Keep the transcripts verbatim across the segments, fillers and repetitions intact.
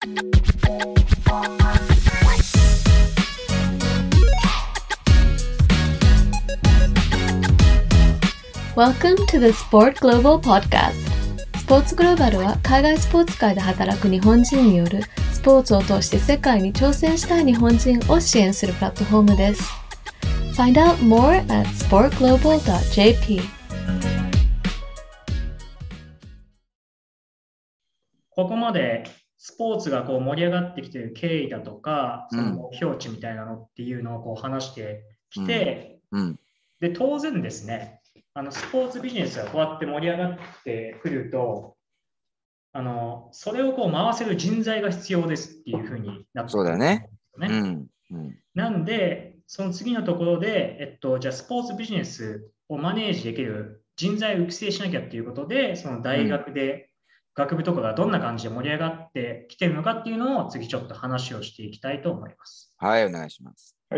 Welcome to the Sport Global Podcast. スポーツグローバルは海外スポーツ界で働く日本人によるスポーツを通して世界に挑戦したい日本人を支援するプラットフォームです。Find out more atスポーツグローバルドットジェーピー。 ここまでスポーツがこう盛り上がってきている経緯だとか、その目標値みたいなのっていうのをこう話してきて、 うんうん、 で当然ですね、あのスポーツビジネスがこうやって盛り上がってくると、あのそれをこう回せる人材が必要ですっていうふうになってくるんですよね。 そうだね。うんうん、 なんで、その次のところで、えっと、じゃあスポーツビジネスをマネージできる人材を育成しなきゃっていうことで、その大学で学部とかがどんな感じで盛り上がってきてるのかっていうのを次ちょっと話をしていきたいと思います。 はい、お願いします。 はい。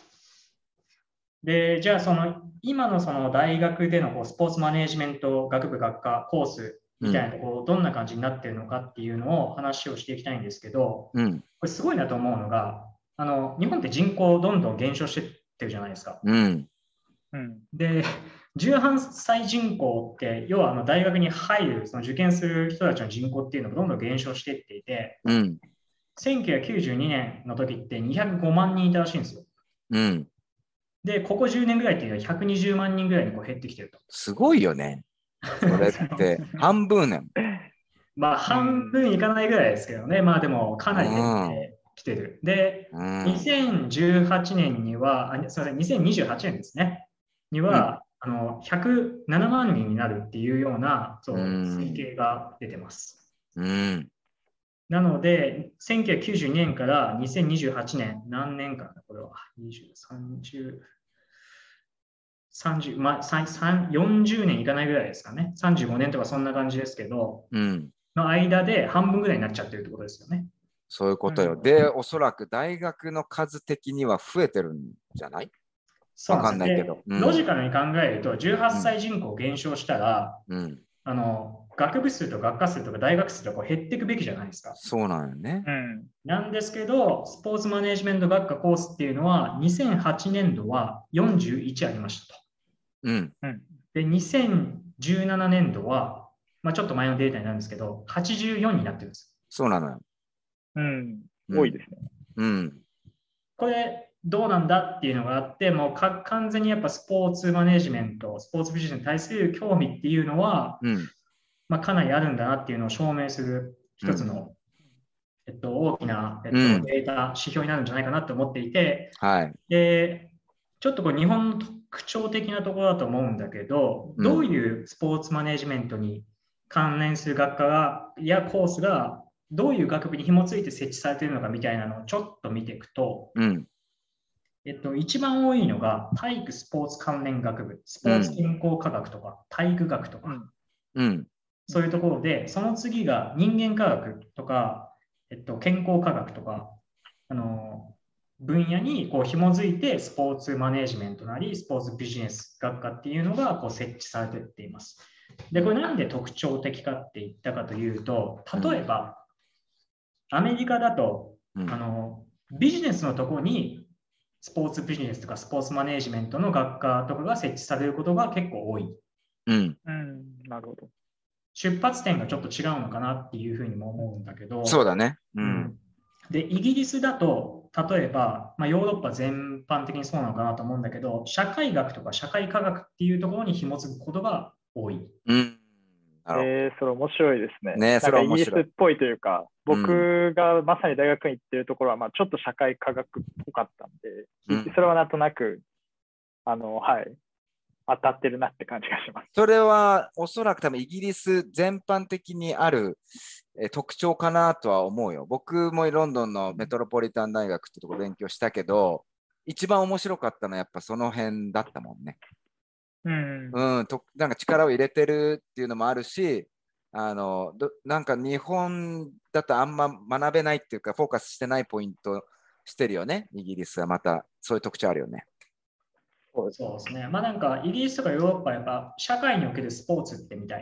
で、じゃあその今のその大学でのこうスポーツマネージメント学部学科コースみたいなところ、どんな感じになってるのかっていうのを話をしていきたいんですけど、 うん、 これすごいなと思うのが、あの日本って人口どんどん減少してってるじゃないですか。 うんうん、で、じゅうはっさい人口って、要はあの大学に入る、その受験する人たちの人口っていうのがどんどん減少していっていて、 うん、 せんきゅうひゃくきゅうじゅうにねんの時ってにひゃくごまんにんいたらしいんですよ。 うん、 で、ここじゅうねんぐらいっていうのはひゃくにじゅうまんにんぐらいにこう減ってきてると。 すごいよね。それって半分ね。 まあ、半分いかないぐらいですけどね。まあでも、かなり減ってきてる。で、 うん、 にせんじゅうはちねんには、あすみません、にせんにじゅうはちねんですね。には、うん、あのひゃくななまんにんになるっていうようなそう推計が出てます。 うん、 なので、せんきゅうひゃくきゅうじゅうにねんからにせんにじゅうはちねん、何年間だこれは。にじゅう、さんじゅう、さんじゅう、まあ、よんじゅうねんいかないぐらいですかね。さんじゅうごねんとかそんな感じですけど、 うん、 の間で半分ぐらいになっちゃってるってことですよね。 そういうことよ。うん、で、おそらく大学の数的には増えてるんじゃない？わかんないけど、 うん。ロジカルに考えると、じゅうはっさい人口減少したら、うん、あの学部数と学科数とか大学数とか減っていくべきじゃないですか。 そうなんよね。 うん、なんですけど、スポーツマネジメント学科コースっていうのは、にせんはちねんどはよんじゅういちありましたと。 うん、 で、にせんじゅうななねんどは、まあ、ちょっと前のデータになるんですけど、はちじゅうよんになってるんです。 そうなのよ。 うん、多いですね。 うん。 これ、どうなんだっていうのがあって、もうか完全にやっぱスポーツマネジメント、スポーツビジネスに対する興味っていうのは、うん、まあ、かなりあるんだなっていうのを証明する一つの、うんえっと、大きな、えっと、データ、指標になるんじゃないかなと思っていて、 はい、 でちょっとこう日本の特徴的なところだと思うんだけど、うん、どういうスポーツマネジメントに関連する学科がやコースがどういう学部に紐付いて設置されているのかみたいなのをちょっと見ていくと、 うんえっと、一番多いのが体育スポーツ関連学部、スポーツ健康科学とか、体育学とか、 うん、 そういうところで、その次が人間科学とか、えっと、健康科学とか、あの分野にこう紐づいてスポーツマネジメントなりスポーツビジネス学科っていうのがこう設置されていっています。で、これなんで特徴的かって言ったかというと、例えば、アメリカだと、うん、あのビジネスのところにスポーツビジネスとかスポーツマネジメントの学科とかが設置されることが結構多い。 うん。 うん、なるほど。出発点がちょっと違うのかなっていうふうにも思うんだけど。 そうだね。 うん。うん、で、イギリスだと、例えば、まあ、ヨーロッパ全般的にそうなのかなと思うんだけど、社会学とか社会科学っていうところに紐づくことが多い。 うん。 えー、それ面白いですね。 ね、 なんかイギリスっぽいというか、僕がまさに大学に行ってるところは、まあ、ちょっと社会科学っぽかったんで、うん、それはなんとなく、あの、はい、当たってるなって感じがします。 それはおそらく多分イギリス全般的にあるえ特徴かなとは思うよ。僕もロンドンのメトロポリタン大学ってとこ勉強したけど、一番面白かったのはやっぱその辺だったもんね。 うん、 うん、となんか力を入れてるっていうのもあるし、あのどなんか日本だとあんま学べないっていうかフォーカスしてないポイントしてるよね。イギリスはまたそういう特徴あるよね。 そうですね。まあなんかイギリスとかヨーロッパはやっぱ社会におけるスポーツってみたいな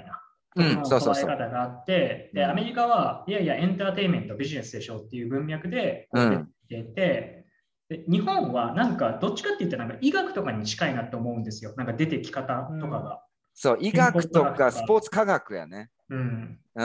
僕の捉えそうそうそう。 方があって、で、 うんアメリカは、いやいや、エンターテインメント、ビジネスでしょっていう文脈でこううん出てて、で日本はなんかどっちかって言ったらなんか医学とかに近いなと思うんですよ。なんか出てき方とかが。 そう、医健康学とか科学とか。 スポーツ科学やね。 うん。 うん。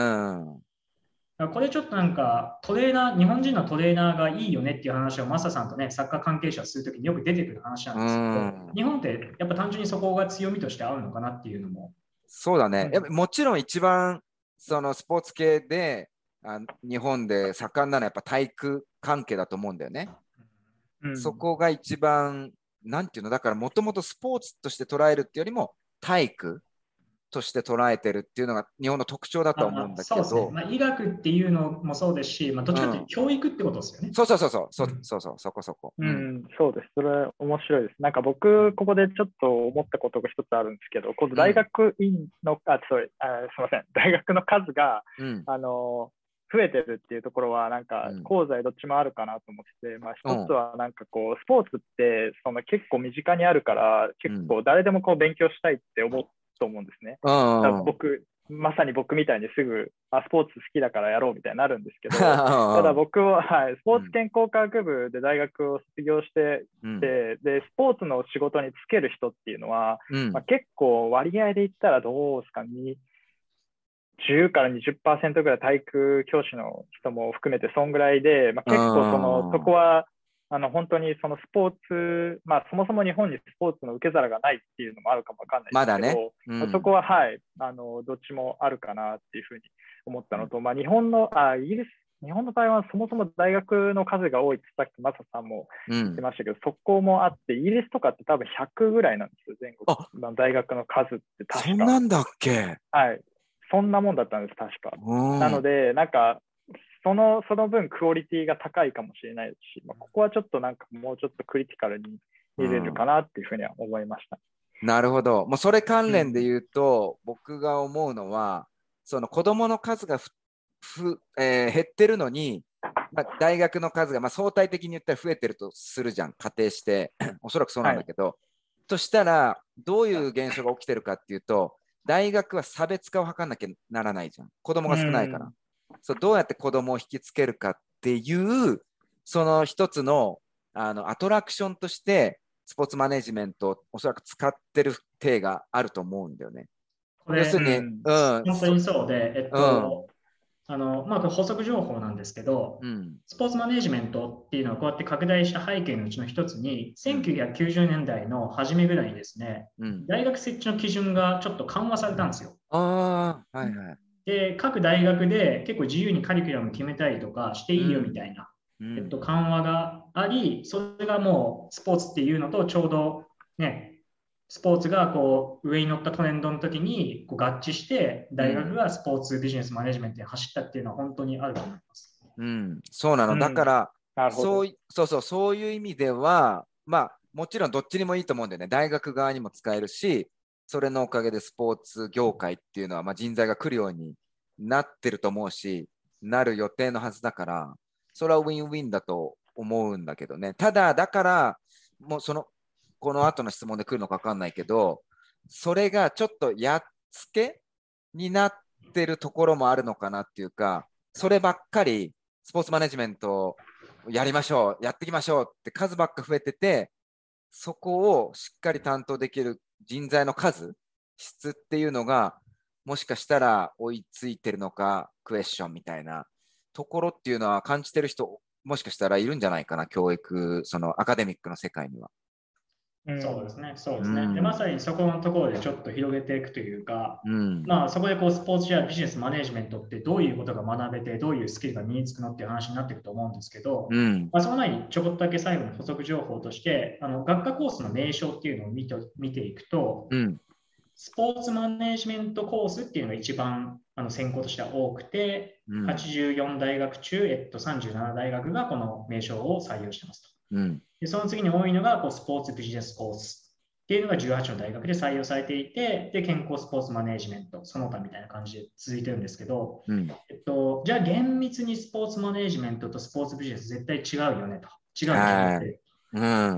だからこれちょっとなんかトレーナー、日本人のトレーナーがいいよねっていう話をマサさんとね、サッカー関係者するときによく出てくる話なうんですけど、 ん。 日本ってやっぱ単純にそこが強みとしてあるのかなっていうのも。 そうだね。 うんやっぱもちろん一番そのスポーツ系であ日本で盛んなのはやっぱ体育関係だと思うんだよね。 うんそこが一番、なんていうの、だからもともとスポーツとして捉えるっていうよりも体育として捉えてるっていうのが日本の特徴だとは思うんだけそうですね。 ど、 まあ、医学っていうのもそうですし、まあ、どっちかといううんと教育ってことですよね。 そうそうそうそう、そうんそうそう、そこそこ。 ううんん、そうです。それ面白いです。なんか僕、ここでちょっと思ったことが一つあるんですけど、今度大学院の、あ、sorry あ、すみません、大学の数が、 うんあの、増えてるっていうところは、なんかうん、 功罪どっちもあるかなと思ってて、まあ、 うん一つはなんかこう、スポーツってその結構身近にあるから、結構誰でもこう勉強したいって思うと思うんですね。 うだからんうん僕、まさに僕みたいにすぐあスポーツ好きだからやろうみたいになるんですけど、ただ僕は、はい、スポーツ健康科学部で大学を卒業してうんて、でスポーツの仕事に就ける人っていうのは、 うんまあ、結構割合で言ったらどうですかね、じゅうからにじゅっパーセントぐらい体育教師の人も含めてそんぐらいで、まあ、結構そのそこはあの本当にそのスポーツ、まあ、そもそも日本にスポーツの受け皿がないっていうのもあるかもわかんないまだですけど、 ね。うんまあそこは、はい、あのどっちもあるかなっていうふうに思ったのと、まあ、日本のあイギリス、日本の場合はそもそも大学の数が多いってさっきマサさんもうん言ってましたけど、そこもあって、イギリスとかって多分ひゃくぐらいなんですよ、全国あの大学の数って確か。 そんなんだっけ。 はい、そんなもんだったんです、確か。 うんなので、なんか、そのその分クオリティが高いかもしれないですし、まあ、ここはちょっとなんかもうちょっとクリティカルに入れるかなっていうふうには思いました。 なるほど。もうそれ関連で言うと、うん、僕が思うのは、その子どもの数がふふ、えー、減ってるのに、まあ、大学の数が、まあ、相対的に言ったら増えてるとするじゃん、仮定して、おそらくそうなんだけど、はい、としたら、どういう現象が起きてるかっていうと、大学は差別化を図らなきゃならないじゃん。子どもが少ないから。うん、そうどうやって子どもを引きつけるかっていう、その一つの、あのアトラクションとして、スポーツマネジメントをおそらく使ってる体があると思うんだよね。 これ要するに、 うん、本当にそうで、えっと、うん、あのまあ、補足情報なんですけど、うん、スポーツマネジメントっていうのはこうやって拡大した背景のうちの一つに、せんきゅうひゃくきゅうじゅうねんだいの初めぐらいにですね、うん、大学設置の基準がちょっと緩和されたんですよ。 ああ、はいはい。 で、各大学で結構自由にカリキュラム決めたりとかしていいよみたいな、うんえっと、緩和があり、それがもうスポーツっていうのとちょうどね、スポーツがこう上に乗ったトレンドの時にこう合致して、大学がスポーツビジネスマネジメントに走ったっていうのは本当にあると思います。 うん、そうなの。だから、うん、そう、そうそう、そういう意味では、まあ、もちろんどっちにもいいと思うんだよね。大学側にも使えるし、それのおかげでスポーツ業界っていうのは、まあ、人材が来るようになってると思うし、なる予定のはずだから、それはウィンウィンだと思うんだけどね。ただ、だから、もうその、この後の質問で来るのか分かんないけど、それがちょっとやっつけになってるところもあるのかなっていうか、そればっかりスポーツマネジメントやりましょう、やっていきましょうって数ばっか増えてて、そこをしっかり担当できる人材の数、質っていうのが、もしかしたら追いついてるのか、クエスチョンみたいなところっていうのは感じてる人、もしかしたらいるんじゃないかな、教育、そのアカデミックの世界には。 そうですね、そうですね、うん、で。まさにそこのところでちょっと広げていくというか、うん、まあそこでこうスポーツやビジネスマネジメントってどういうことが学べて、どういうスキルが身につくのっていう話になっていくと思うんですけど、うん、まあ、その前にちょこっとだけ最後の補足情報として、あの学科コースの名称っていうのを見て、見ていくと、うん、スポーツマネジメントコースっていうのが一番あの専攻としては多くて、うん、はちじゅうよんだいがく中、えっと、さんじゅうななだいがくがこの名称を採用してますと。うんでその次に多いのがこうスポーツビジネスコースっていうのがじゅうはちの大学で採用されていて、で健康スポーツマネジメント、その他みたいな感じで続いてるんですけど、うんえっと、じゃあ厳密にスポーツマネジメントとスポーツビジネス絶対違うよねと。違うよねって、うん、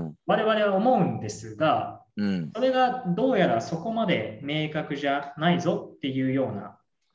我々は思うんですが、うん、それがどうやらそこまで明確じゃないぞっていうような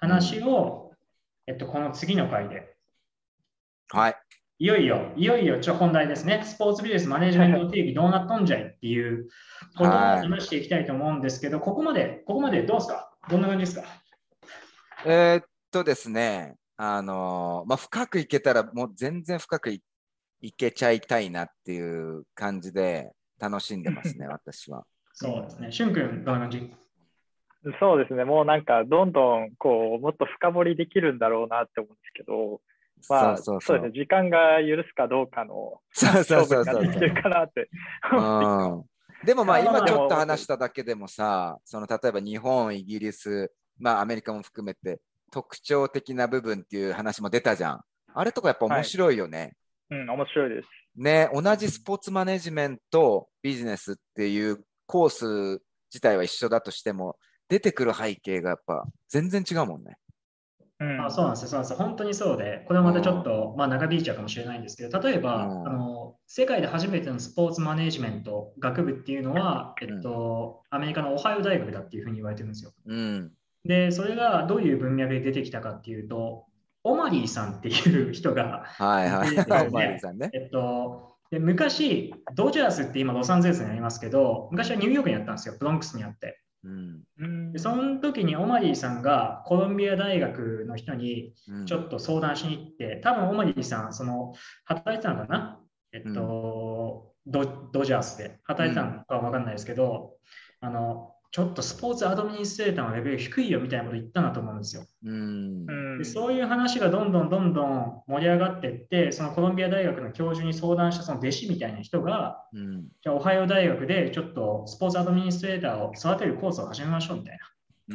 話を、えっと、この次の回で、 はい。 いよいよ、いよいよ、ちょ本題ですね。スポーツビジネスマネジメントの定義どうなっとんじゃいっていうことをはい話していきたいと思うんですけど、ここまで、ここまでどうですか？どんな感じですか？ えーっとですね、あのーまあ、深くいけたら、もう全然深くい、いけちゃいたいなっていう感じで楽しんでますね、私は。 そうですね。しゅんくん、どんな感じ？ そうですね。もうなんか、どんどん、こう、もっと深掘りできるんだろうなって思うんですけど、 そうまあ、 そうそう。 そうですね。時間が許すかどうかのそうそう勝負そうそうそう。 になってきてるかなって思ってきてます。 うん。でもまあまあまあまあ今ちょっとでも、 話しただけでもさ、その例えば日本、イギリス、まあアメリカも含めて特徴的な部分っていう話も出たじゃん。あれとかやっぱ面はい。 白いよね。 うん、面白いです。 ね、同じスポーツマネジメント、ビジネスっていうコース自体は一緒だとしても、出てくる背景がやっぱ全然違うもんね。 あ、 うん。 そうなんですよ、そうなんですよ。本当にそうで、これはまたちょっと、まあ、長引いちゃうかもしれないんですけど、例えうば、あん。 の、世界で初めてのスポーツマネジメント学部っていうのは、えっうん。 と、アメリカのオハイオ大学だっていうふうに言われてるんですよ。 うん。 で、それがどういう文脈で出てきたかっていうと、オマリーさんっていう人がはいはい。 出てきてではい。 おまわりすね、 さんね。 えっと、で昔、ドジャースって今ロサンゼルスにありますけど、昔はニューヨークにあったんですよ、ブロンクスにあって。 うん。 うん。 で、その時にオマリーさんがコロンビア大学の人にうん。 ちょっと相談しに行って、多分オマリーさん、その、働いてたのかなえっうん。 と、ド、ドジャースで働いてたのかわかんないですけど、あの、ちょっとスポーツアドミニストレーターのレベル低いよみたいなこと言ったなと思うんですよ。 うん。 で、 うんそういう話がどんどんどんどん盛り上がっていって、そのコロンビア大学の教授に相談したその弟子みたいな人が、 うん。 じゃあ、オハイオ大学でちょっとスポーツアドミニストレーターを育てるコースを始めましょうみたいな。 うん。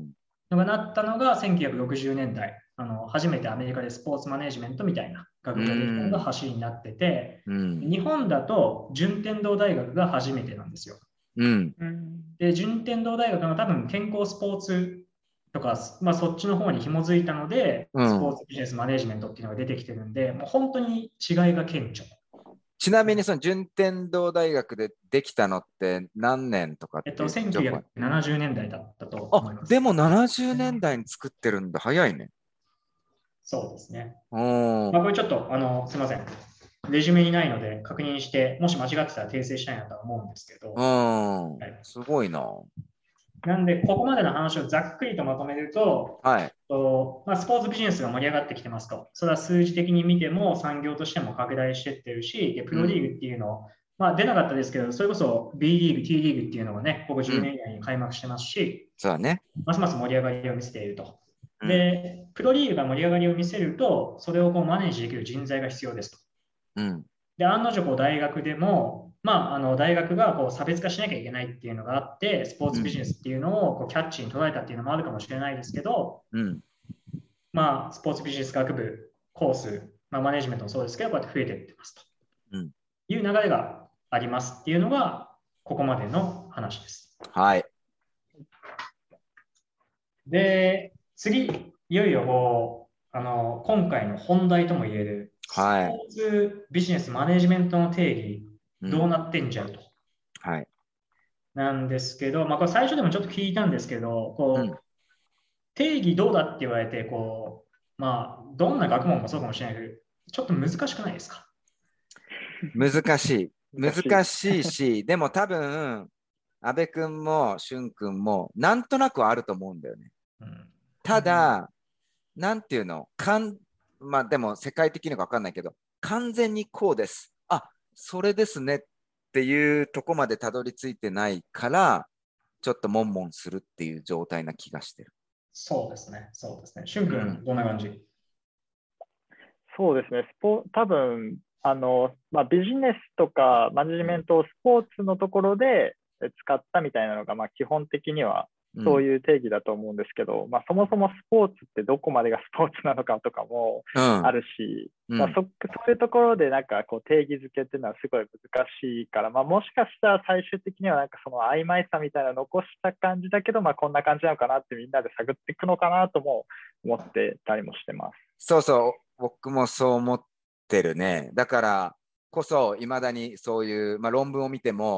のがなったのがせんきゅうひゃくろくじゅうねんだい、あの初めてアメリカでスポーツマネジメントみたいな学部ができたのが走りになってて、 うん。 日本だと順天堂大学が初めてなんですよ。 うん。 うん。 で、順天堂大学の多分健康スポーツとか、まあ、そっちの方に紐づいたので、スポーうん。 ツビジネスマネジメントっていうのが出てきてるんで、もう本当に違いが顕著。 ちなみにその順天堂大学でできたのって何年とかっえっと、 ていう情報？ せんきゅうひゃくななじゅうねんだいだったと思いあ、 ます。 でもななじゅうねんだいに作ってるんだ。早いね。 そうですね。 うん。 まあ、これちょっと、あの、すみません。レジュメにないので確認して、もし間違ってたら訂正したいなとは思うんですけど、 うん。 はい、 すごいな。 なんで、ここまでの話をざっくりとまとめると、 はい。 とまあ、スポーツビジネスが盛り上がってきてますと。それは数字的に見ても産業としても拡大していってるし、でプロリーグっていうのを、まあ、出なかったですけど、それこそ B リーグ、T リーグっていうのがね、ここじゅうねん以内に開幕してますし、 そうだね。 ますます盛り上がりを見せていると。 うん。 で、プロリーグが盛り上がりを見せると、それをこうマネージできる人材が必要ですと。 うん。 で、案の定こう大学でも、まあ、あの大学がこう差別化しなきゃいけないっていうのがあって、スポーツビジネスっていうのをこうキャッチに捉えたっていうのもあるかもしれないですけど、 うん。 まあ、スポーツビジネス学部コース、まあ、マネジメントもそうですけど、こうやって増えていってますとうん。 いう流れがありますっていうのが、ここまでの話です。 はい。 で、次、いよいよこうあの今回の本題ともいえる、スポはい。 ーツビジネスマネジメントの定義、 うん。 どうなってんじゃうと。 はい。 なんですけど、まあ、これ最初でもちょっと聞いたんですけど、こう、 うん。 定義どうだって言われて、こう、まあ、どんな学問もそうかもしれないけど、ちょっと難しくないですか？ 難しい。 難しい。 難しいし、でも多分、安部君も俊君もなんとなくはあると思うんだよね。 うん、 ただ、なんていうの、かんまあでも世界的には分かんないけど、完全にこうです。あ、それですねっていうとこまでたどり着いてないから、ちょっと悶々するっていう状態な気がしてる。 そうですね、そうですね。しゅんくうんん、どんな感じ？ そうですね。スポ多分あの、まあ、ビジネスとかマネジメントをスポーツのところで使ったみたいなのが、まあ、基本的にはそういう定義だと思うんですけど、うん、まあ、そもそもスポーツってどこまでがスポーツなのかとかもあるし、うんまあ、そ, そういうところでなんかこう定義づけっていうのはすごい難しいから、まあ、もしかしたら最終的にはなんかその曖昧さみたいなの残した感じだけど、まあ、こんな感じなのかなってみんなで探っていくのかなとも思ってたりもしてます。 そうそう、僕もそう思ってるね。だからこそいまだにそういう、まあ、論文を見ても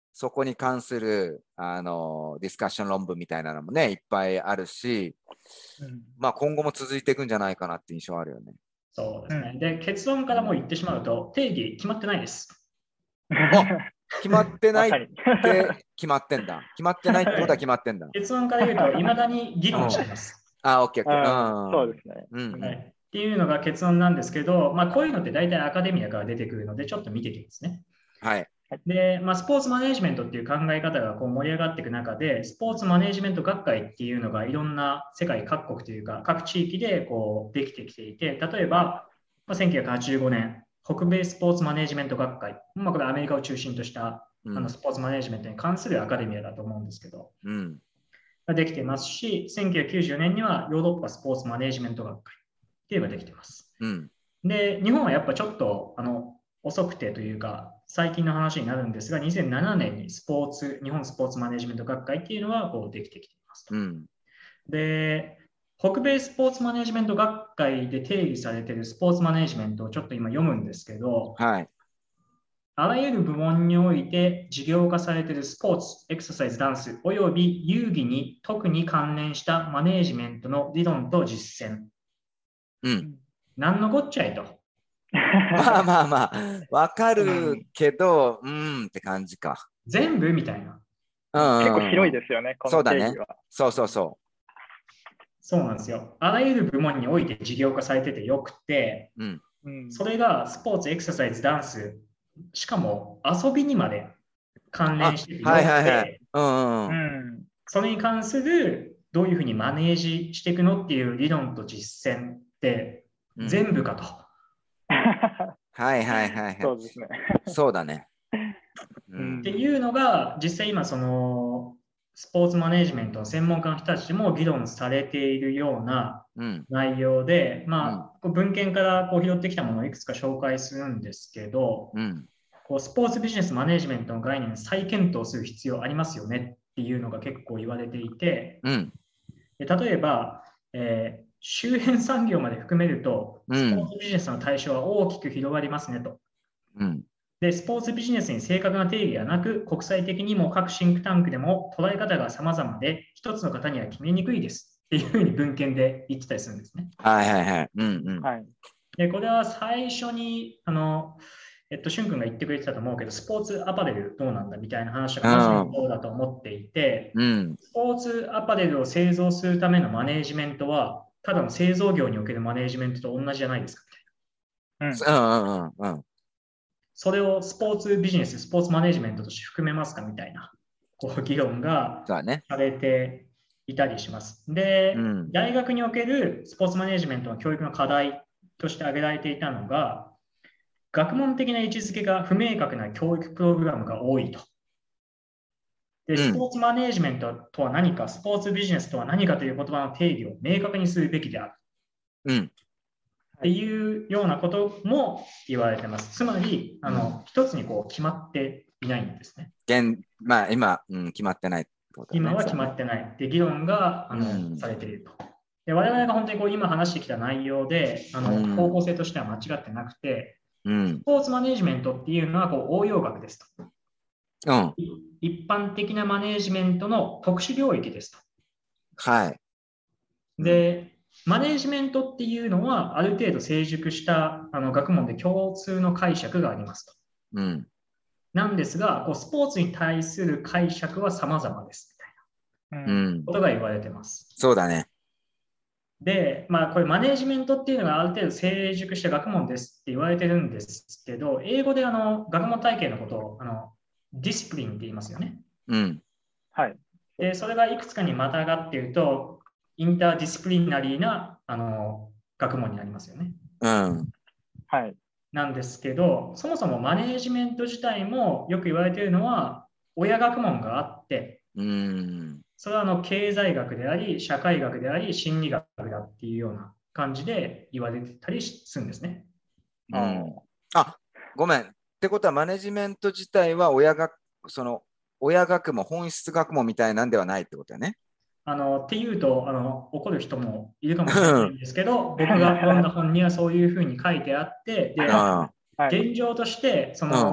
そこに関するあのディスカッション論文みたいなのもね、いっぱいあるし、 うん、 まあ、今後も続いていくんじゃないかなって印象あるよね。 そうですね。で、結論からもう言ってしまうと、定義決まってないです。 決まってないっまさにて決まってんだ。決まってないってことは決まってんだ。 結論から言うと、いまだに議論しています。 あ、オッケーオッケあー。 そうですね。 うんうんはい。っていうのが結論なんですけど、まあ、こういうのって大体アカデミアから出てくるので、ちょっと見ていきますね。 はい。 で、まあ、スポーツマネジメントっていう考え方がこう盛り上がっていく中で、スポーツマネジメント学会っていうのがいろんな世界各国というか、各地域でこうできてきていて、例えば、まあ、せんきゅうひゃくはちじゅうごねん、北米スポーツマネジメント学会、まあ、これアメリカを中心としたうんあのスポーツマネジメントに関するアカデミアだと思うんですけど、 うんができていますし、せんきゅうひゃくきゅうじゅうねんにはヨーロッパスポーツマネジメント学会っていうのができています。 うんで、日本はやっぱちょっとあの遅くてというか、最近の話になるんですが、にせんななねんにスポーツ、日本スポーツマネジメント学会っていうのはこうできてきていますと。 うんで、北米スポーツマネジメント学会で定義されているスポーツマネジメントをちょっと今読むんですけど、 はい。 あらゆる部門において事業化されているスポーツ、エクササイズ、ダンス、および遊戯に特に関連したマネージメントの理論と実践。 うん。 何のこっちゃいと。 まあまあまあ、わかるけど、うーんって感じか。 全部みたいな。 うん結構広いですよね、この定義は。 そうそうそそうなんですよ。あらゆる部門において事業化されててよくて、 う。うん。 うん、 それがスポーツ、エクササイズ、ダンス、しかも遊びにまで関連しててよくはいはいはい。 て、 うんうんううん。 ん、 それに関するどういうふうにマネージしていくのっていう理論と実践ってうん全部かと。 はいはいはいはい。 そうですね。 そうだね。ううんんっていうのが実際今そのスポーツマネジメントの専門家の人たちも議論されているようなうん内容で、まあ、文献からこう拾ってきたものをいくつか紹介するんですけど、 うんこうスポーツビジネスマネジメントの概念を再検討する必要ありますよねっていうのが結構言われていて、 うんで例えば、えー周辺産業まで含めると、 うんスポーツビジネスの対象は大きく広がりますねと。 うんで、スポーツビジネスに正確な定義がなく、国際的にも各シンクタンクでも捉え方が様々で、一つの方には決めにくいですっていうふうに文献で言ってたりするんですね。 はいはいはい。うんうん。 はい。 で、これは最初に、あの、えっと、しゅん君が言ってくれてたと思うけど、スポーツアパレルどうなんだみたいな話がまさにそうだと思っていて、 うんスポーツアパレルを製造するためのマネージメントは、ただの製造業におけるマネージメントと同じじゃないですかみたいな。 うんうんうんうんうん。 それをスポーツビジネス、スポーツマネジメントとして含めますかみたいなこう議論がそうだね。 されていたりします。で、 うん大学におけるスポーツマネジメントの教育の課題として挙げられていたのが、学問的な位置づけが不明確な教育プログラムが多いと。で、スポーツマネジメントとは何か、スポーツビジネスとは何かという言葉の定義を明確にするべきである。 うんっていうようなことも言われてます。つまり、あの、一つにこう決まっていないんですね。 現まあ今、うん、決まってないってことだね。 今は決まってないって議論があの、 うんされていると。で我々が本当にこう今話してきた内容であの、 うん方向性としては間違ってなくて、 うんスポーツマネジメントっていうのはこう応用学ですと。 うん一般的なマネジメントの特殊領域ですと。 はい。 で、マネジメントっていうのはある程度成熟したあの学問で共通の解釈がありますと。 うんなんですが、こうスポーツに対する解釈は様々ですみたいなうんことが言われてます。 そうだね。 で、まあ、これマネジメントっていうのがある程度成熟した学問ですって言われてるんですけど、英語であの学問体系のことをあのディスプリンって言いますよね。 うんはい。 で、それがいくつかにまたがっていると、インターディスプリナリーなあの学問になりますよね。 うんはい。 なんですけど、そもそもマネージメント自体もよく言われているのは、親学問があって、 うんそれはあの経済学であり、社会学であり、心理学だっていうような感じで言われてたりするんですね。 うんあ、ごめん。ってことは、マネジメント自体は親学、その親学問、本質学問みたいなんではないってことだよね。 あのっていうとあの怒る人もいるかもしれないんですけど、僕が読んだ本にはそういうふうに書いてあって、であはい。 現状としてその、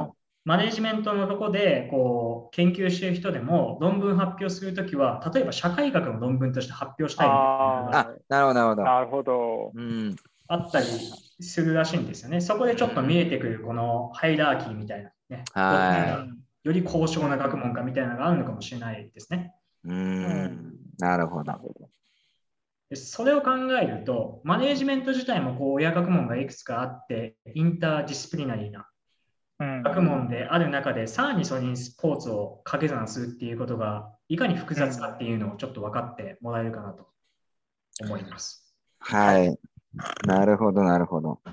マネジメントのとこでこう研究している人でも論文発表するときは、例えば社会学の論文として発表したいみたいなのがあ、なるほど、なるほど。 なるほど。 うん、 あったりするらしいんですよね。そこでちょっと見えてくるこのハイラーキーみたいなね、 はい。 より高尚な学問かみたいなのがあるのかもしれないですね。 うん、なるほど。 でそれを考えると、マネージメント自体もこう親学問がいくつかあって、インターディスプリナリーな学問である中で、さらにそれにスポーツを掛け算するっていうことが、いかに複雑かっていうのをちょっと分かってもらえるかなと思います。 はい。なるほど、なるほど。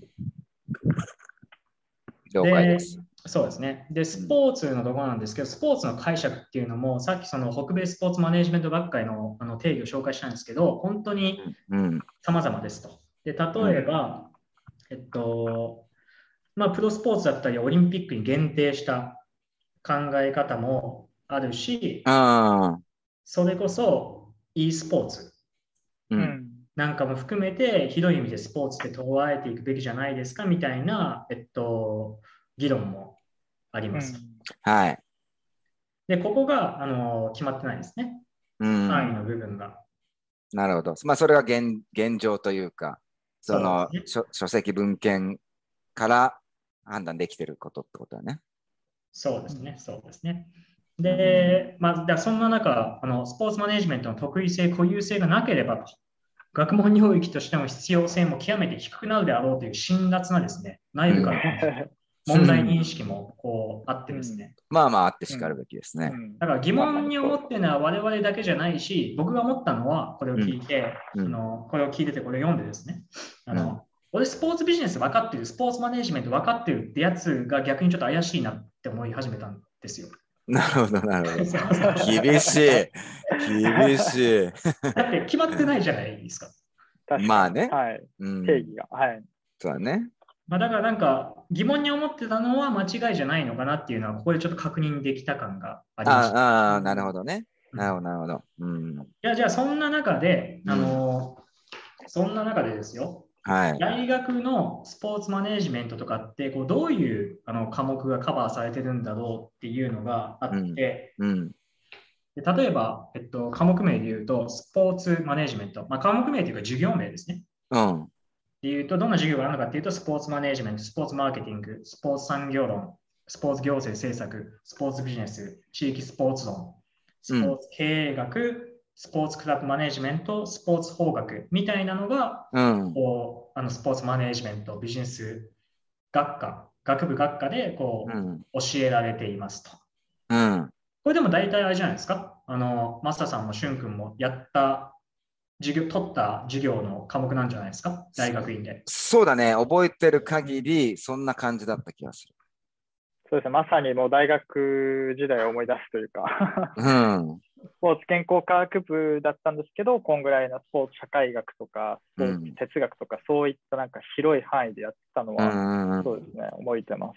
了解です。 そうですね。で、スポーツのところなんですけど、スポーツの解釈っていうのも、さっきその北米スポーツマネジメント学会のあの定義を紹介したんですけど、本当に様々ですと。で、例えば、えっと、まあ、プロスポーツだったり、オリンピックに限定した考え方もあるし、それこそ e スポーツなんかも含めて、広い意味でスポーツって捉えていくべきじゃないですかみたいな、えっと、議論もあります。うん、 はい。 で、ここが、あの決まってないですね。範囲の部分が。 なるほど。まあ、それが 現, 現状というか、そのそ、ね、書, 書籍文献から判断できていることってことだね。 そうですね、そうですね。で、まあ、だそんな中あの、スポーツマネジメントの特異性、固有性がなければと、学問領域としての必要性も極めて低くなるであろうという辛辣なですね、内部から問題認識もこうあってですね、 うん。まあまああってしかるべきですね。 だから疑問に思ってるのは我々だけじゃないし、僕が思ったのはこれを聞いて、うん、あのこれを聞いててこれを読んでですね、あの、うん、俺スポーツビジネス分かってる、スポーツマネジメント分かってるってやつが逆にちょっと怪しいなって思い始めたんですよ。 なるほど、なるほど。厳しい。厳しい。 だって決まってないじゃないですか。 まあね。 はい。うん、定義が。はい。 そうだね。 まあ、だからなんか疑問に思ってたのは間違いじゃないのかなっていうのはここでちょっと確認できた感がありました。 ああ、なるほどね。なるほど、なるほど。うん、 いや、じゃあそんな中で、あのー、そんな中でですよ、 はい、 大学のスポーツマネージメントとかってこうどういうあの科目がカバーされてるんだろうっていうのがあって、うんうん、で例えば、えっと、科目名で言うとスポーツマネージメント、まあ、科目名というか授業名ですね。うんでいうと、どんな授業があるのかというと、スポーツマネージメント、スポーツマーケティング、スポーツ産業論、スポーツ行政政策、スポーツビジネス、地域スポーツ論、スポーツ経営学、うん、スポーツクラブマネージメント、スポーツ法学みたいなのが、うん、こうあのスポーツマネージメント、ビジネス学科、学部学科でこう、うん、教えられていますと。うん、これでも大体あれじゃないですか。あの、マスターさんもシュン君もやった授業取った授業の科目なんじゃないですか、大学院で。 そうだね、覚えてる限り、そんな感じだった気がする。 そうですね、まさにもう大学時代を思い出すというか、うん、スポーツ健康科学部だったんですけど、こんぐらいのスポーツ社会学とか、スポーツ哲学とか、うん、そういったなんか広い範囲でやってたのは、うん、そうですね、覚えてます。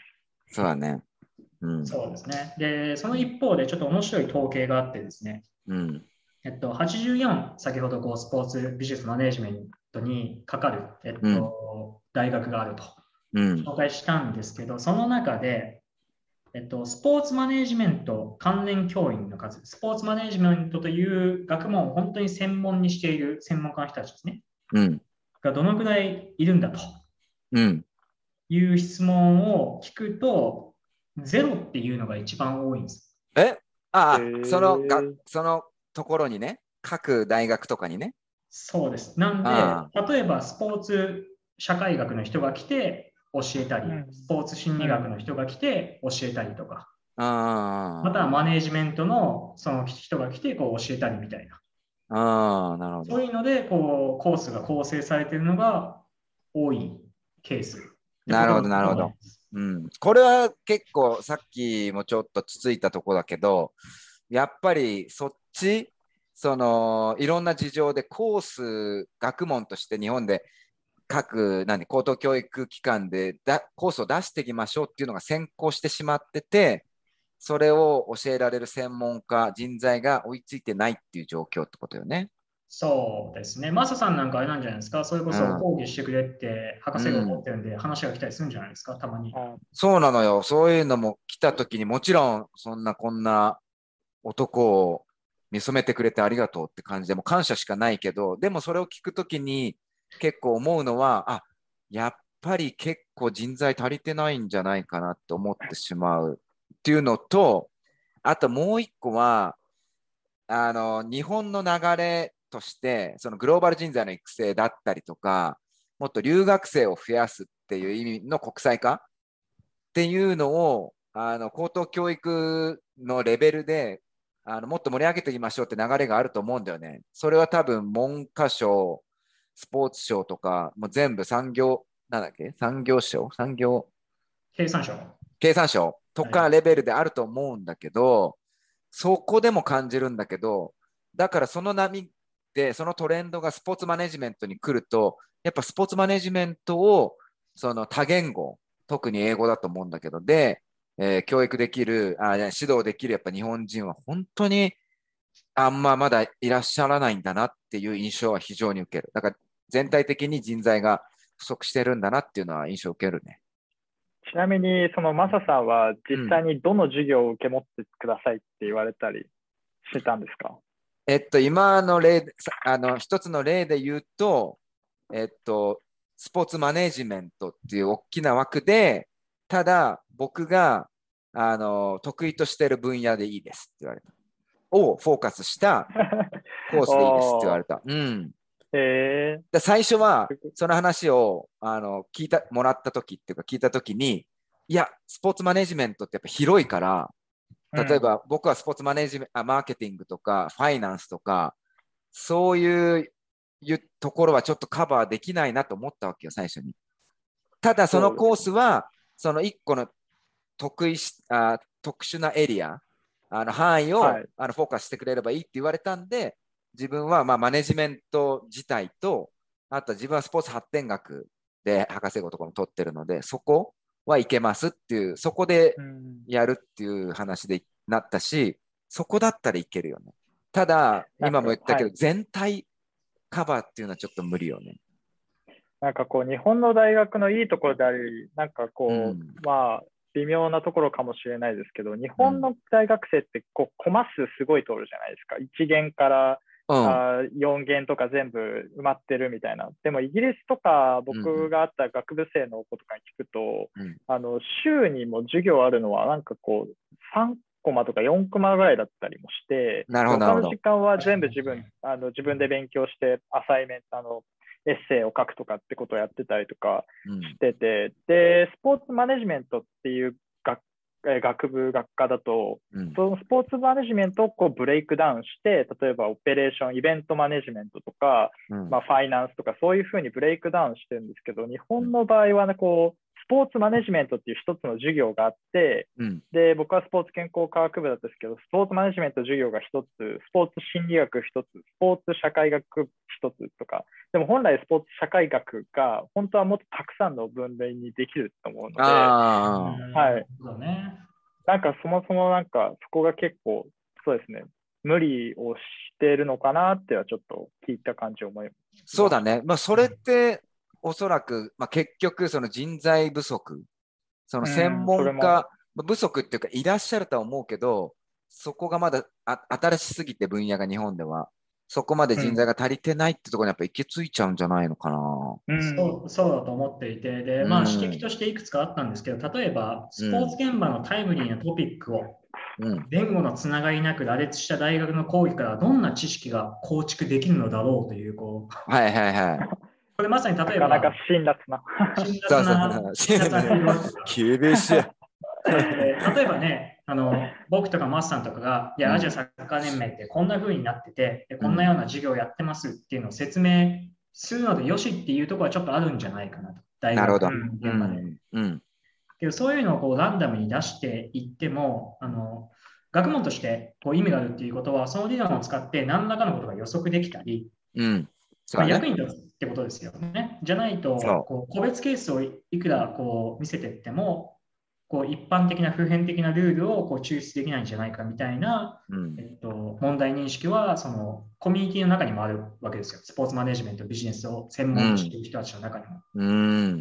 そうだね。 うん、そうですね。で、その一方で、ちょっと面白い統計があってですね、うんえっと、はちじゅうよん、先ほどこうスポーツビジネスマネジメントにかかる、えっとうん、大学があると紹介したんですけど、うん、その中で、えっと、スポーツマネジメント関連教員の数、スポーツマネジメントという学問を本当に専門にしている専門家の人たちですね、うん、がどのくらいいるんだという質問を聞くと、ゼロっていうのが一番多いんです。 えああ、そのが、そのところにね、各大学とかにね。 そうです。なんで、例えばスポーツ社会学の人が来て教えたり、うん、スポーツ心理学の人が来て教えたりとか、うん、またはマネージメントのその人が来てこう教えたりみたいな。 あなるほど。 そういうのでこうコースが構成されているのが多いケース。 なるほど、なるほど。うん、これは結構さっきもちょっとつついたところだけど、やっぱりそっち、そのいろんな事情でコース、学問として日本で各何高等教育機関でだコースを出していきましょうっていうのが先行してしまってて、それを教えられる専門家、人材が追いついてないっていう状況ってことよね。 そうですね。マサさんなんかあれなんじゃないですか。それこそ講義してくれって博士が思ってるんで、話が来たりするんじゃないですか、たまに。 そうなのよ。そういうのも来た時にもちろんそんなこんな男を見初めてくれてありがとうって感じでも感謝しかないけど、でもそれを聞くときに結構思うのは、あ、やっぱり結構人材足りてないんじゃないかなって思ってしまうっていうのと、あともう一個は、あの、日本の流れとして、そのグローバル人材の育成だったりとか、もっと留学生を増やすっていう意味の国際化っていうのを、あの、高等教育のレベルで、あのもっと盛り上げていきましょうって流れがあると思うんだよね。それは多分文科省、スポーツ省とか、もう全部産業、なんだっけ産業省産業経産省。 経産省とかレベルであると思うんだけど、はい、そこでも感じるんだけど、だからその波で、そのトレンドがスポーツマネジメントに来ると、やっぱスポーツマネジメントをその多言語、特に英語だと思うんだけど、で、えー、教育できるあ、指導できるやっぱ日本人は本当にあんままだいらっしゃらないんだなっていう印象は非常に受ける。だから全体的に人材が不足してるんだなっていうのは印象を受けるね。 ちなみに、そのマサさんは実際にどの授業を受け持ってくださいって言われたりしてたんですか？ えっと、今の例、あの、一つの例で言うと、えっと、スポーツマネジメントっていう大きな枠で、ただ僕が、あの、得意としている分野でいいですって言われた。をフォーカスしたコースでいいですって言われた。うん。 へで最初は、その話を、あの、聞いた、もらった時っていうか聞いた時に、いや、スポーツマネジメントってやっぱ広いから、例えば、うん、僕はスポーツマネジメント、マーケティングとか、ファイナンスとか、そういういうところはちょっとカバーできないなと思ったわけよ、最初に。ただ、そのコースは、そのいっこの得意しあ特殊なエリア、あの範囲を、はい、あのフォーカスしてくれればいいって言われたんで、自分はまあマネジメント自体と、あとは自分はスポーツ発展学で博士号とかも取ってるので、そこはいけますっていう、そこでやるっていう話でなったし、そこだったらいけるよね。ただ、今も言ったけど、はい、全体カバーっていうのはちょっと無理よね。 なんかこう、日本の大学のいいところであり、なんかこう、うん、まあ、微妙なところかもしれないですけど、日本の大学生ってこうコマ数すごい通るじゃないですか。いち限から、うん、あよん限とか全部埋まってるみたいな。でもイギリスとか僕があった学部生の子とかに聞くと、うん、あの週にも授業あるのはなんかこうさんコマとかよんコマぐらいだったりもして、 なるほど他の時間は全部自分、あの自分で勉強してアサイメント、あのエッセイを書くとかってことをやってたりとかしてて、うん、で、スポーツマネジメントっていう学、学部学科だと、うん、そのスポーツマネジメントをこうブレイクダウンして、例えばオペレーション、イベントマネジメントとか、うん、まあ、ファイナンスとかそういうふうにブレイクダウンしてるんですけど、日本の場合はね、こう、スポーツマネジメントっていう一つの授業があって、うん、で、僕はスポーツ健康科学部だったんですけど、スポーツマネジメント授業が一つ、スポーツ心理学一つ、スポーツ社会学一つとか、でも本来スポーツ社会学が本当はもっとたくさんの分類にできると思うので、 あはい。なんかそもそもなんかそこが結構、そうですね、無理をしているのかなってはちょっと聞いた感じを思います。 そうだね。まあ、それって、おそらく、まあ、結局、その人材不足、その専門家不足っていうか、いらっしゃるとは思うけど、そこがまだあ新しすぎて、分野が日本では、そこまで人材が足りてないってところにやっぱ行き着いちゃうんじゃないのかな。 うん、そうそうだと思っていて、で、まあ、指摘としていくつかあったんですけど、例えば、スポーツ現場のタイムリーなトピックを、うん、前後のつながりなく羅列した大学の講義からどんな知識が構築できるのだろうという、こう。 はいはいはい。 これまさに例えば、 なかなか辛辣な。 辛辣な。辛辣な。 厳しい。 例えばね、あの僕とかマスさんとかが、いや、アジアサッカー連盟ってこんな風になってて、でこんなような授業をやってますっていうのを説明するのでよしっていうところはちょっとあるんじゃないかなと。大学の現場で。うんうん、けどそういうのをこうランダムに出していっても、あの学問としてこう意味があるっていうことは、その理論を使って何らかのことが予測できたり、 うんまあ、役に立つってことですよね。じゃないと、こう個別ケースをいくらこう見せていっても、 こう一般的な普遍的なルールをこう抽出できないんじゃないかみたいな、 うんえっと、問題認識はそのコミュニティの中にもあるわけですよ。スポーツマネジメント、ビジネスを専門としている人たちの中にも。 うん。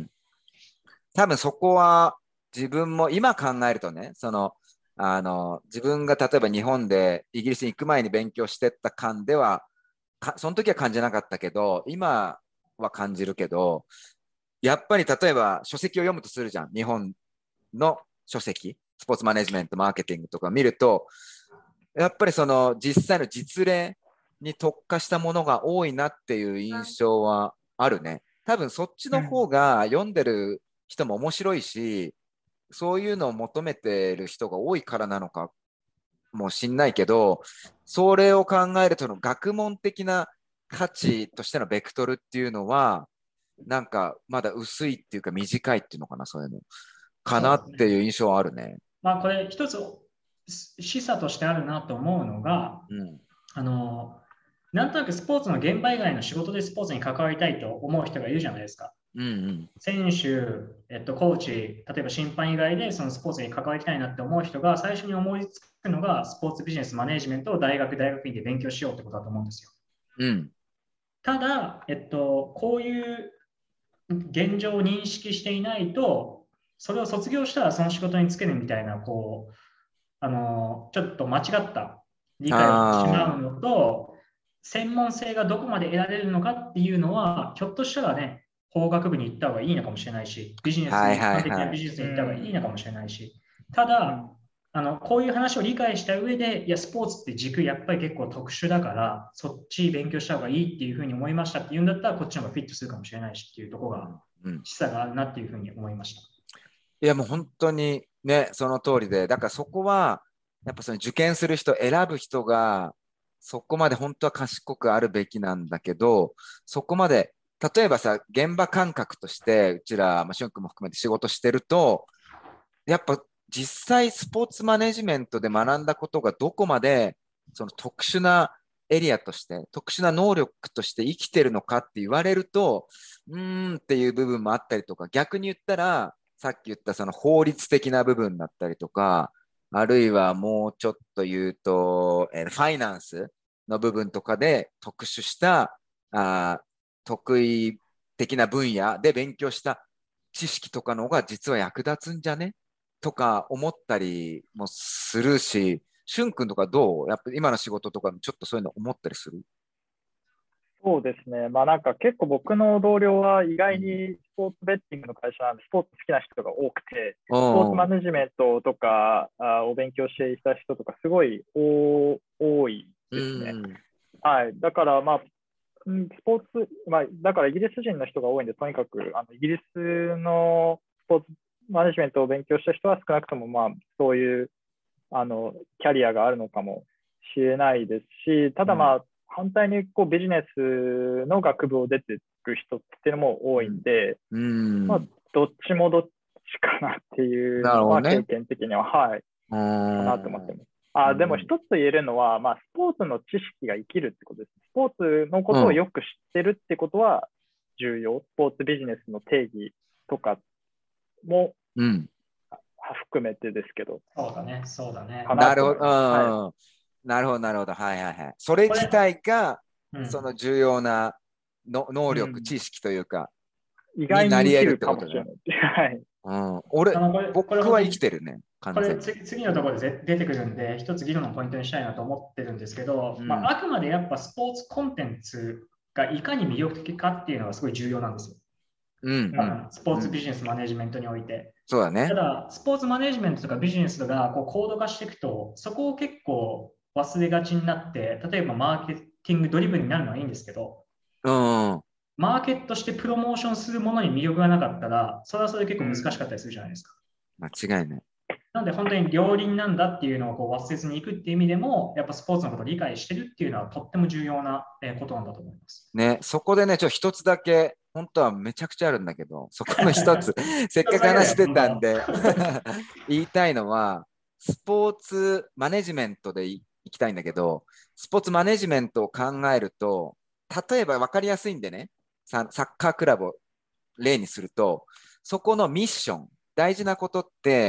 多分そこは自分も今考えるとね、その、あの、自分が例えば日本でイギリスに行く前に勉強してった感では、かその時は感じなかったけど、今は感じるけど、やっぱり例えば書籍を読むとするじゃん。日本の書籍、スポーツマネジメント、マーケティングとか見ると、やっぱりその実際の実例に特化したものが多いなっていう印象はあるね。多分そっちの方が読んでる人も面白いし、そういうのを求めてる人が多いからなのかもしんないけど、それを考えるとの学問的な価値としてのベクトルっていうのは、なんかまだ薄いっていうか短いっていうのかな、そういうのかなっていう印象はあるね。 まあ、これ一つ示唆としてあるなと思うのが、 うん、 あのなんとなくスポーツの現場以外の仕事でスポーツに関わりたいと思う人がいるじゃないですか。 うんうん、 選手、えっと、コーチ、例えば審判以外でそのスポーツに関わりたいなって思う人が最初に思いつくのがスポーツビジネスマネジメントを大学、大学院で勉強しようってことだと思うんですよ。 うん、 ただ、えっと、こういう現状を認識していないと、それを卒業したらその仕事に就けるみたいな、こう、あの、ちょっと間違った理解をしてしまうのと、専門性がどこまで得られるのかっていうのは、ひょっとしたらね、法学部に行った方がいいのかもしれないし、ビジネス、 はい一般的はいはい。 なビジネスに行った方がいいのかもしれないし、ただ、あのこういう話を理解した上で、いや、スポーツって軸やっぱり結構特殊だから、そっち勉強した方がいいっていうふうに思いましたっていうんだったら、こっちの方がフィットするかもしれないしっていうところが、 うん、 示唆があるなっていうふうに思いました。 いやもう本当にね、その通りで、だからそこは、やっぱその受験する人、選ぶ人が、そこまで本当は賢くあるべきなんだけど、そこまで、例えばさ、現場感覚として、うちら、まあ、しゅんくんも含めて仕事してると、やっぱ実際スポーツマネジメントで学んだことがどこまでその特殊なエリアとして、特殊な能力として生きてるのかって言われると、うーんっていう部分もあったりとか、逆に言ったら、さっき言ったその法律的な部分だったりとか、あるいはもうちょっと言うと、えーファイナンスの部分とかで特殊したあ得意的な分野で勉強した知識とかの方が実は役立つんじゃねとか思ったりもするし、しゅんくんとかどうやっぱ今の仕事とかちょっとそういうの思ったりする？ そうですね。まあなんか結構僕の同僚は意外にスポーツベッティングの会社なんで、スポーツ好きな人が多くて、スポーツマネジメントとかを勉強していた人とかすごい多いですね。はい。だからまあ、スポーツ、まあだからイギリス人の人が多いんで、とにかくあのイギリスのスポーツマネジメントを勉強した人は少なくともまあそういうあのキャリアがあるのかもしれないですし、ただまあ、うん反対にこうビジネスの学部を出ていく人っていうのも多いんで、 うんまあ、どっちもどっちかなっていうのは経験的には、はい、かなと思ってます。あでも一つ言えるのは、まあ、スポーツの知識が生きるってことです。スポーツのことをよく知ってるってことは重要。スポーツビジネスの定義とかも含めてですけど。 そうだね、そうだね。 なるほど。はいなるほど、なるほど。はいはいはい。それ自体が、その重要なの能力、うん、知識というか、 意外になり得るってことね。はい。 うん、俺、僕は生きてるね。 これ次、次のところで出てくるんで、一つ議論のポイントにしたいなと思ってるんですけど、うん、まあ、あくまでやっぱスポーツコンテンツがいかに魅力的かっていうのがすごい重要なんですよ。 うん、 うん、スポーツビジネスマネジメントにおいて。うん、 そうだね。 ただ、スポーツマネジメントとかビジネスがこう高度化していくと、そこを結構忘れがちになって、例えばマーケティングドリブンになるのはいいんですけど、 うん、 マーケットしてプロモーションするものに魅力がなかったら、それはそれで結構難しかったりするじゃないですか。 間違いない。 なんで本当に両輪なんだっていうのをこう忘れずにいくっていう意味でも、やっぱスポーツのことを理解してるっていうのはとっても重要なことなんだと思います。 ね、そこでね、ちょっと一つだけ、本当はめちゃくちゃあるんだけど、そこの一つ、せっかく話してたんで、言いたいのは、スポーツマネジメントでいきたいんだけど、スポーツマネジメントを考えると、例えば分かりやすいんでね、サッカークラブを例にすると、そこのミッション、大事なことって、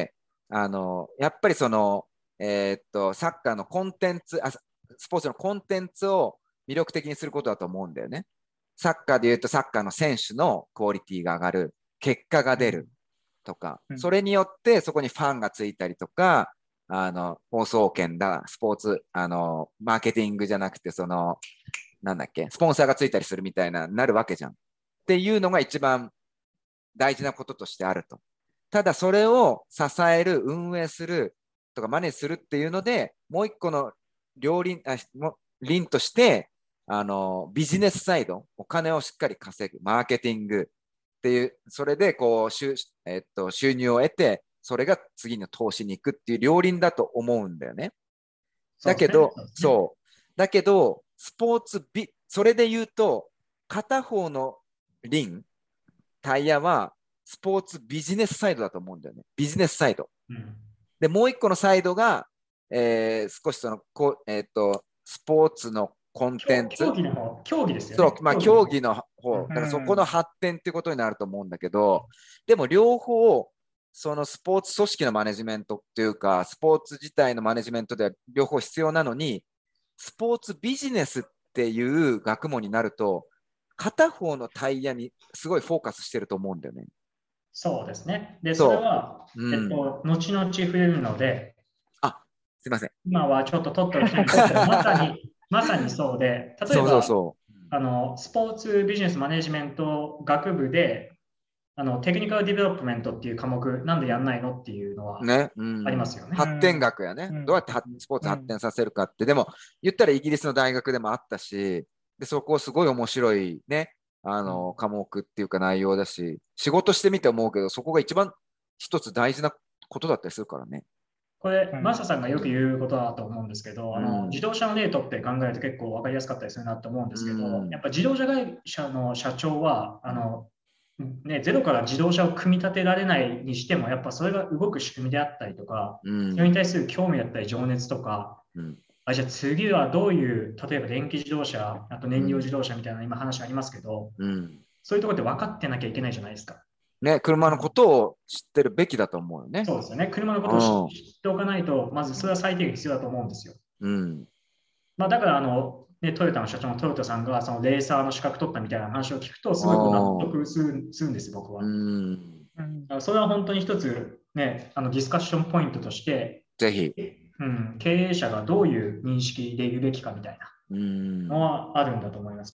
あのやっぱりその、えーっとサッカーのコンテンツあ、スポーツのコンテンツを魅力的にすることだと思うんだよね。サッカーでいうとサッカーの選手のクオリティが上がる、結果が出るとか、 うんそれによってそこにファンがついたりとか、あの放送権だ、スポーツ、あのマーケティングじゃなくて、そのなんだっけ、スポンサーがついたりするみたいな、なるわけじゃん。っていうのが一番大事なこととしてあると。ただそれを支える、運営するとかマネするっていうので、もう一個の両輪、あも輪として、あのビジネスサイド、お金をしっかり稼ぐ、マーケティングっていう、それでこう収、えっと、収入を得て、それが次の投資に行くっていう両輪だと思うんだよね。だけど、 そうですね。 そう。だけど、スポーツビ、それで言うと、片方の輪、タイヤは、スポーツビジネスサイドだと思うんだよね。ビジネスサイド。 うんで、もう一個のサイドが、えー少しその、こうえっと、スポーツのコンテンツ。 競競技の方、競技ですよね。 そう、まあ、競技の方、 うんだからそこの発展っていうことになると思うんだけど、でも両方、そのスポーツ組織のマネジメントっていうか、スポーツ自体のマネジメントでは両方必要なのに、スポーツビジネスっていう学問になると、片方のタイヤにすごいフォーカスしてると思うんだよね。 そうですね。で、それそは、 う。うん。 えっと、後々触れるので、 あ、すいません。 今はちょっと取っておきたいんですけど、まさに、まさにそうで、例えそうそうば、 そあの、スポーツビジネスマネジメント学部で、あの、テクニカルディベロップメントっていう科目、なんでやんないのっていうのはう。ね。うん。 ありますよね。 発展学やね。 うんどうやってはスポーツ発展させるかって。でも、言ったらイギリスの大学でもあったし、で、そこすごい面白いね、あの、科目っていうか内容だし、仕事してみて思うけど、そこが一番一つ大事なことだったりするからね。 これ、 うんマサさんがよく言うことだと思うんですけど、あうんの自動車の例とって考えると結構分かりやすかったりするなと思うんですけど、 うんやっぱ自動車会社の社長は、あのね、ゼロから自動車を組み立てられないにしても、やっぱそれが動く仕組みであったりとか、 うんそれに対する興味だったり情熱とか、 うんあじゃあ次はどういう、例えば電気自動車、あと燃料自動車みたいな今話ありますけど、 うんそういうところって分かってなきゃいけないじゃないですか。 ね、車のことを知ってるべきだと思うよね。 そうですよね。車のことを知知っておかないと、まずそれは最低限必要だと思うんですよ。 うん。 まあ、だからあの、ね、トヨタの社長のトヨタさんがそのレーサーの資格取ったみたいな話を聞くと、すごいこう納得するするんですよ、僕は。 うん。 うんだからそれは本当に一つ、ね、あのディスカッションポイントとして、 ぜひ。 うん、経営者がどういう認識でいるべきかみたいなうん。 のはあるんだと思います。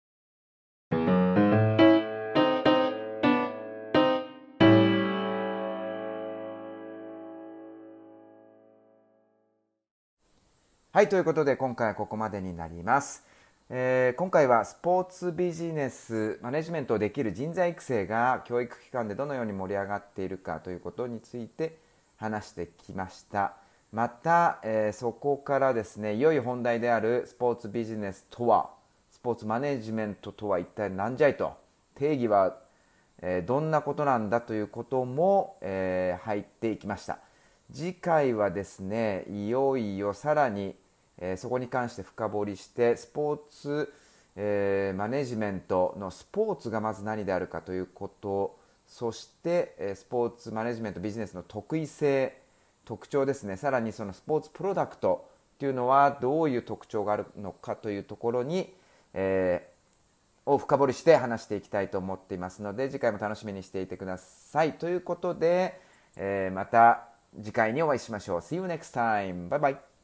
はい、ということで今回はここまでになります。えー今回はスポーツビジネスマネジメントをできる人材育成が教育機関でどのように盛り上がっているかということについて話してきました。また、えーそこからですね、いよいよ本題であるスポーツビジネスとは、スポーツマネジメントとは一体何じゃいと、定義は、えーどんなことなんだということも、えー入っていきました。次回はですね、いよいよさらにえーそこに関して深掘りして、スポーツ、えーマネジメントのスポーツがまず何であるかということ、そして、えースポーツマネジメントビジネスの特異性、特徴ですね、さらにそのスポーツプロダクトというのはどういう特徴があるのかというところに、えーを深掘りして話していきたいと思っていますので、次回も楽しみにしていてください。ということで、えーまた次回にお会いしましょう。See you next time. Bye bye.